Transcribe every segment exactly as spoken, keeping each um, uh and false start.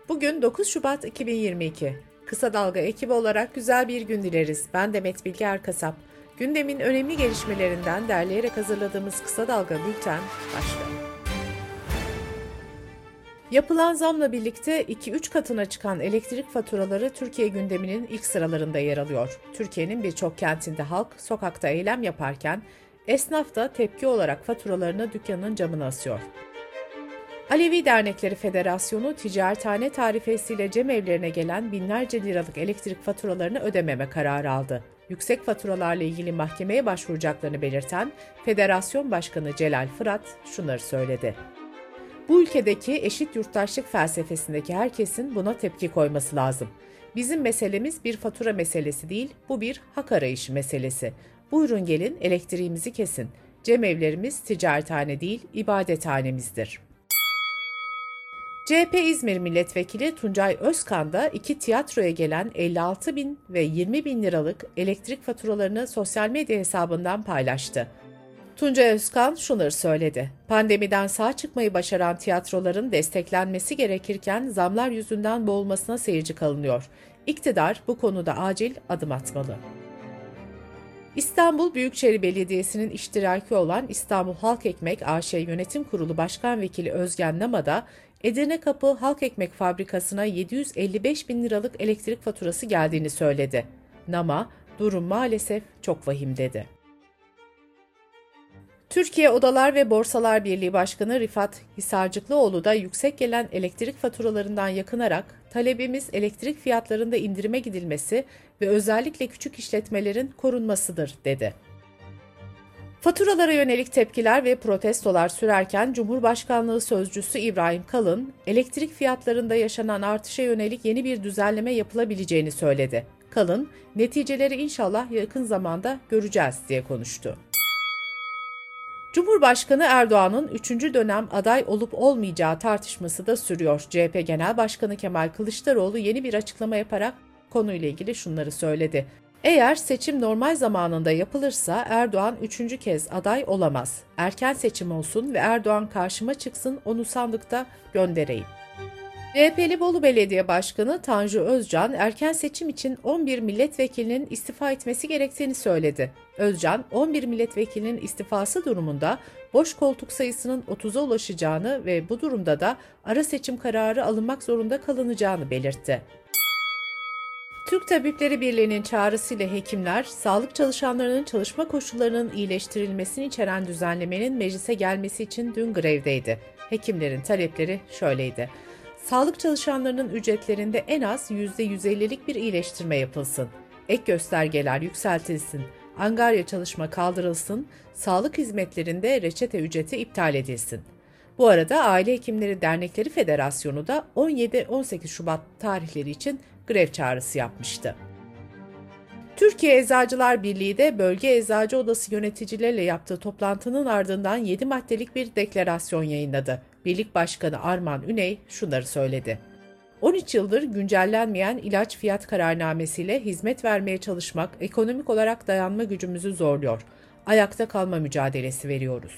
Bugün dokuz Şubat iki bin yirmi iki. Kısa Dalga ekibi olarak güzel bir gün dileriz. Ben Demet Bilge Erkasap. Gündemin önemli gelişmelerinden derleyerek hazırladığımız Kısa Dalga Bülten başlıyor. Yapılan zamla birlikte iki üç katına çıkan elektrik faturaları Türkiye gündeminin ilk sıralarında yer alıyor. Türkiye'nin birçok kentinde halk sokakta eylem yaparken esnaf da tepki olarak faturalarını dükkanın camına asıyor. Alevi Dernekleri Federasyonu ticarethane tarifesiyle cemevlerine gelen binlerce liralık elektrik faturalarını ödememe kararı aldı. Yüksek faturalarla ilgili mahkemeye başvuracaklarını belirten Federasyon Başkanı Celal Fırat şunları söyledi. Bu ülkedeki eşit yurttaşlık felsefesindeki herkesin buna tepki koyması lazım. Bizim meselemiz bir fatura meselesi değil, bu bir hak arayışı meselesi. Buyurun gelin elektriğimizi kesin. Cemevlerimiz ticarethane değil, ibadethanemizdir. C H P İzmir Milletvekili Tuncay Özkan da iki tiyatroya gelen elli altı bin ve yirmi bin liralık elektrik faturalarını sosyal medya hesabından paylaştı. Tuncay Özkan şunları söyledi. Pandemiden sağ çıkmayı başaran tiyatroların desteklenmesi gerekirken zamlar yüzünden boğulmasına seyirci kalınıyor. İktidar bu konuda acil adım atmalı. İstanbul Büyükşehir Belediyesi'nin iştiraki olan İstanbul Halk Ekmek A Ş Yönetim Kurulu Başkan Vekili Özgen Nama da Edirne Kapı Halk Ekmek Fabrikası'na yedi yüz elli beş bin liralık elektrik faturası geldiğini söyledi. Nama, durum maalesef çok vahim dedi. Türkiye Odalar ve Borsalar Birliği Başkanı Rifat Hisarcıklıoğlu da yüksek gelen elektrik faturalarından yakınarak talebimiz elektrik fiyatlarında indirime gidilmesi ve özellikle küçük işletmelerin korunmasıdır dedi. Faturalara yönelik tepkiler ve protestolar sürerken Cumhurbaşkanlığı Sözcüsü İbrahim Kalın, elektrik fiyatlarında yaşanan artışa yönelik yeni bir düzenleme yapılabileceğini söyledi. Kalın, neticeleri inşallah yakın zamanda göreceğiz diye konuştu. Cumhurbaşkanı Erdoğan'ın üçüncü dönem aday olup olmayacağı tartışması da sürüyor. C H P Genel Başkanı Kemal Kılıçdaroğlu yeni bir açıklama yaparak konuyla ilgili şunları söyledi. Eğer seçim normal zamanında yapılırsa Erdoğan üçüncü kez aday olamaz. Erken seçim olsun ve Erdoğan karşıma çıksın, onu sandıkta göndereyim. C H P'li Bolu Belediye Başkanı Tanju Özcan, erken seçim için on bir milletvekilinin istifa etmesi gerektiğini söyledi. Özcan, on bir milletvekilinin istifası durumunda boş koltuk sayısının otuza ulaşacağını ve bu durumda da ara seçim kararı alınmak zorunda kalınacağını belirtti. Türk Tabipleri Birliği'nin çağrısıyla hekimler, sağlık çalışanlarının çalışma koşullarının iyileştirilmesini içeren düzenlemenin meclise gelmesi için dün grevdeydi. Hekimlerin talepleri şöyleydi. Sağlık çalışanlarının ücretlerinde en az yüzde yüz ellilik bir iyileştirme yapılsın. Ek göstergeler yükseltilsin. Angarya çalışma kaldırılsın. Sağlık hizmetlerinde reçete ücreti iptal edilsin. Bu arada Aile Hekimleri Dernekleri Federasyonu da on yedi on sekiz Şubat tarihleri için grev çağrısı yapmıştı. Türkiye Eczacılar Birliği de Bölge Eczacı Odası yöneticileriyle yaptığı toplantının ardından yedi maddelik bir deklarasyon yayınladı. Birlik Başkanı Arman Üney şunları söyledi. on üç yıldır güncellenmeyen ilaç fiyat kararnamesiyle hizmet vermeye çalışmak ekonomik olarak dayanma gücümüzü zorluyor. Ayakta kalma mücadelesi veriyoruz.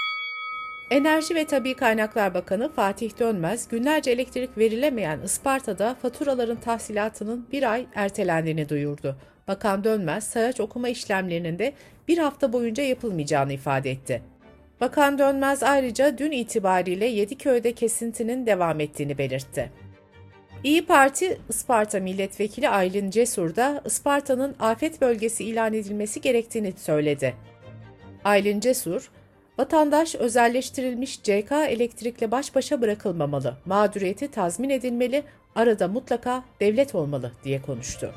Enerji ve Tabii Kaynaklar Bakanı Fatih Dönmez, günlerce elektrik verilemeyen Isparta'da faturaların tahsilatının bir ay ertelendiğini duyurdu. Bakan Dönmez, sayaç okuma işlemlerinin de bir hafta boyunca yapılmayacağını ifade etti. Bakan Dönmez ayrıca dün itibariyle Yediköy'de kesintinin devam ettiğini belirtti. İyi Parti Isparta Milletvekili Aylin Cesur da Isparta'nın afet bölgesi ilan edilmesi gerektiğini söyledi. Aylin Cesur, vatandaş özelleştirilmiş C K elektrikle baş başa bırakılmamalı, mağduriyeti tazmin edilmeli, arada mutlaka devlet olmalı diye konuştu.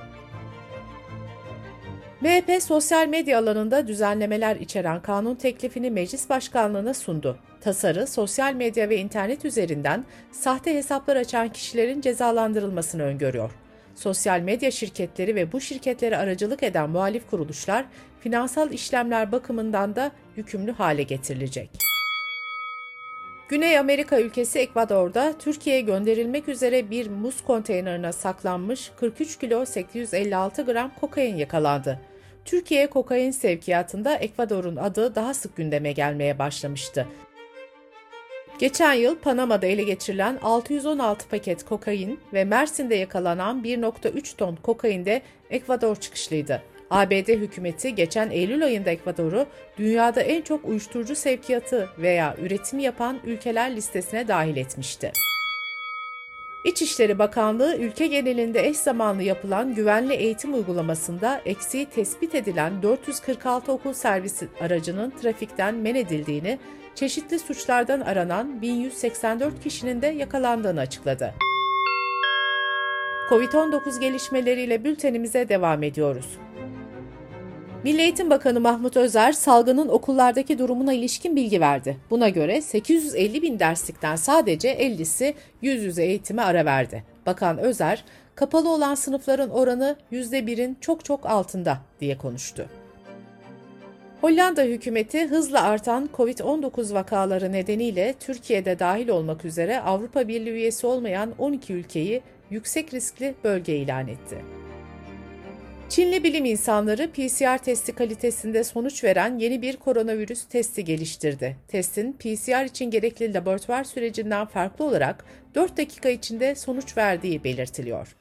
M H P sosyal medya alanında düzenlemeler içeren kanun teklifini Meclis Başkanlığı'na sundu. Tasarı, sosyal medya ve internet üzerinden sahte hesaplar açan kişilerin cezalandırılmasını öngörüyor. Sosyal medya şirketleri ve bu şirketlere aracılık eden muhalif kuruluşlar, finansal işlemler bakımından da yükümlü hale getirilecek. Güney Amerika ülkesi Ekvador'da Türkiye'ye gönderilmek üzere bir muz konteynerine saklanmış kırk üç kilo sekiz yüz elli altı gram kokain yakalandı. Türkiye kokain sevkiyatında Ekvador'un adı daha sık gündeme gelmeye başlamıştı. Geçen yıl Panama'da ele geçirilen altı yüz on altı paket kokain ve Mersin'de yakalanan bir virgül üç ton kokain de Ekvador çıkışlıydı. A B D hükümeti geçen Eylül ayında Ekvador'u dünyada en çok uyuşturucu sevkiyatı veya üretimi yapan ülkeler listesine dahil etmişti. İçişleri Bakanlığı ülke genelinde eş zamanlı yapılan güvenli eğitim uygulamasında eksiği tespit edilen dört yüz kırk altı okul servisi aracının trafikten men edildiğini, çeşitli suçlardan aranan bin yüz seksen dört kişinin de yakalandığını açıkladı. kovid on dokuz gelişmeleriyle bültenimize devam ediyoruz. Milli Eğitim Bakanı Mahmut Özer, salgının okullardaki durumuna ilişkin bilgi verdi. Buna göre sekiz yüz elli bin derslikten sadece ellisi yüz yüze eğitime ara verdi. Bakan Özer, kapalı olan sınıfların oranı yüzde birin çok çok altında diye konuştu. Hollanda hükümeti hızla artan kovid on dokuz vakaları nedeniyle Türkiye'de dahil olmak üzere Avrupa Birliği üyesi olmayan on iki ülkeyi yüksek riskli bölge ilan etti. Çinli bilim insanları P C R testi kalitesinde sonuç veren yeni bir koronavirüs testi geliştirdi. Testin P C R için gerekli laboratuvar sürecinden farklı olarak dört dakika içinde sonuç verdiği belirtiliyor.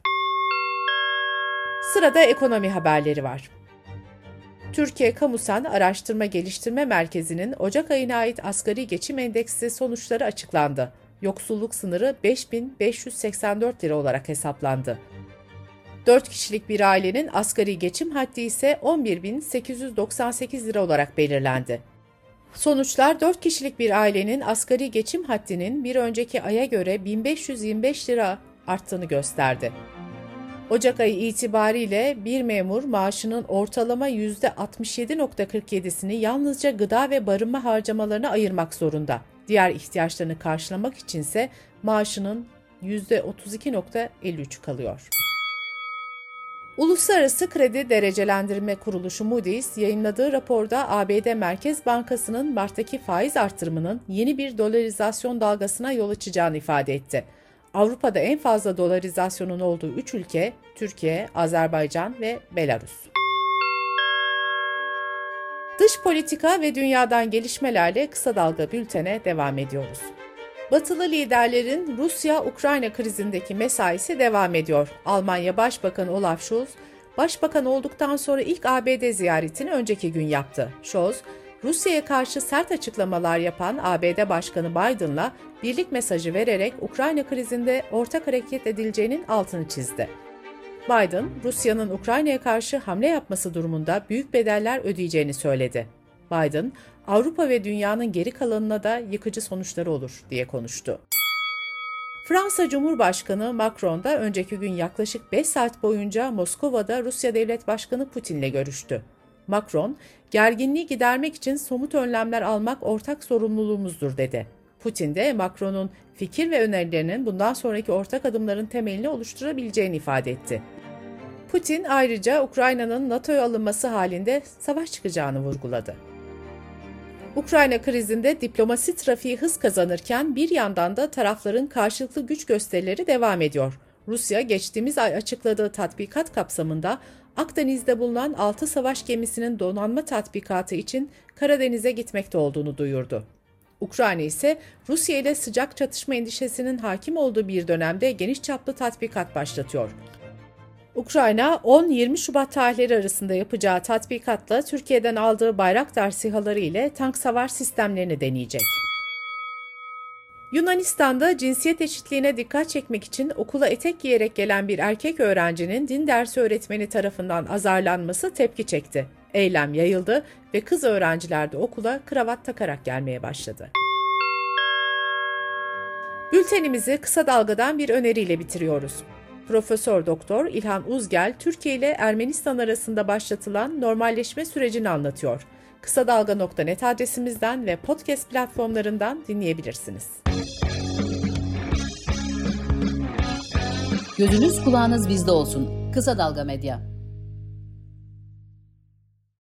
Sırada ekonomi haberleri var. Türkiye Kamusen Araştırma Geliştirme Merkezi'nin Ocak ayına ait asgari geçim endeksi sonuçları açıklandı. Yoksulluk sınırı beş bin beş yüz seksen dört lira olarak hesaplandı. dört kişilik bir ailenin asgari geçim haddi ise on bir bin sekiz yüz doksan sekiz lira olarak belirlendi. Sonuçlar dört kişilik bir ailenin asgari geçim haddinin bir önceki aya göre bin beş yüz yirmi beş lira arttığını gösterdi. Ocak ayı itibariyle bir memur maaşının ortalama yüzde altmış yedi virgül kırk yedisini yalnızca gıda ve barınma harcamalarına ayırmak zorunda. Diğer ihtiyaçlarını karşılamak içinse maaşının yüzde otuz iki virgül elli üç kalıyor. Uluslararası Kredi Derecelendirme Kuruluşu Moody's yayınladığı raporda A B D Merkez Bankası'nın Mart'taki faiz artırımının yeni bir dolarizasyon dalgasına yol açacağını ifade etti. Avrupa'da en fazla dolarizasyonun olduğu üç ülke Türkiye, Azerbaycan ve Belarus. Dış politika ve dünyadan gelişmelerle kısa dalga bültene devam ediyoruz. Batılı liderlerin Rusya-Ukrayna krizindeki mesaisi devam ediyor. Almanya Başbakanı Olaf Scholz, başbakan olduktan sonra ilk A B D ziyaretini önceki gün yaptı. Scholz, Rusya'ya karşı sert açıklamalar yapan A B D Başkanı Biden'la birlik mesajı vererek Ukrayna krizinde ortak hareket edileceğinin altını çizdi. Biden, Rusya'nın Ukrayna'ya karşı hamle yapması durumunda büyük bedeller ödeyeceğini söyledi. Biden, Avrupa ve dünyanın geri kalanına da yıkıcı sonuçları olur diye konuştu. Fransa Cumhurbaşkanı Macron da önceki gün yaklaşık beş saat boyunca Moskova'da Rusya Devlet Başkanı Putin'le görüştü. Macron, gerginliği gidermek için somut önlemler almak ortak sorumluluğumuzdur dedi. Putin de Macron'un fikir ve önerilerinin bundan sonraki ortak adımların temelini oluşturabileceğini ifade etti. Putin ayrıca Ukrayna'nın NATO'ya alınması halinde savaş çıkacağını vurguladı. Ukrayna krizinde diplomasi trafiği hız kazanırken bir yandan da tarafların karşılıklı güç gösterileri devam ediyor. Rusya geçtiğimiz ay açıkladığı tatbikat kapsamında Akdeniz'de bulunan altı savaş gemisinin donanma tatbikatı için Karadeniz'e gitmekte olduğunu duyurdu. Ukrayna ise Rusya ile sıcak çatışma endişesinin hakim olduğu bir dönemde geniş çaplı tatbikat başlatıyor. Ukrayna on yirmi Şubat tarihleri arasında yapacağı tatbikatla Türkiye'den aldığı Bayraktar SİHA'ları ile tank savar sistemlerini deneyecek. Yunanistan'da cinsiyet eşitliğine dikkat çekmek için okula etek giyerek gelen bir erkek öğrencinin din dersi öğretmeni tarafından azarlanması tepki çekti. Eylem yayıldı ve kız öğrenciler de okula kravat takarak gelmeye başladı. Bültenimizi kısa dalgadan bir öneriyle bitiriyoruz. Profesör Doktor İlhan Uzgel, Türkiye ile Ermenistan arasında başlatılan normalleşme sürecini anlatıyor. kısa dalga nokta net adresimizden ve podcast platformlarından dinleyebilirsiniz. Gözünüz kulağınız bizde olsun. Kısa Dalga Medya.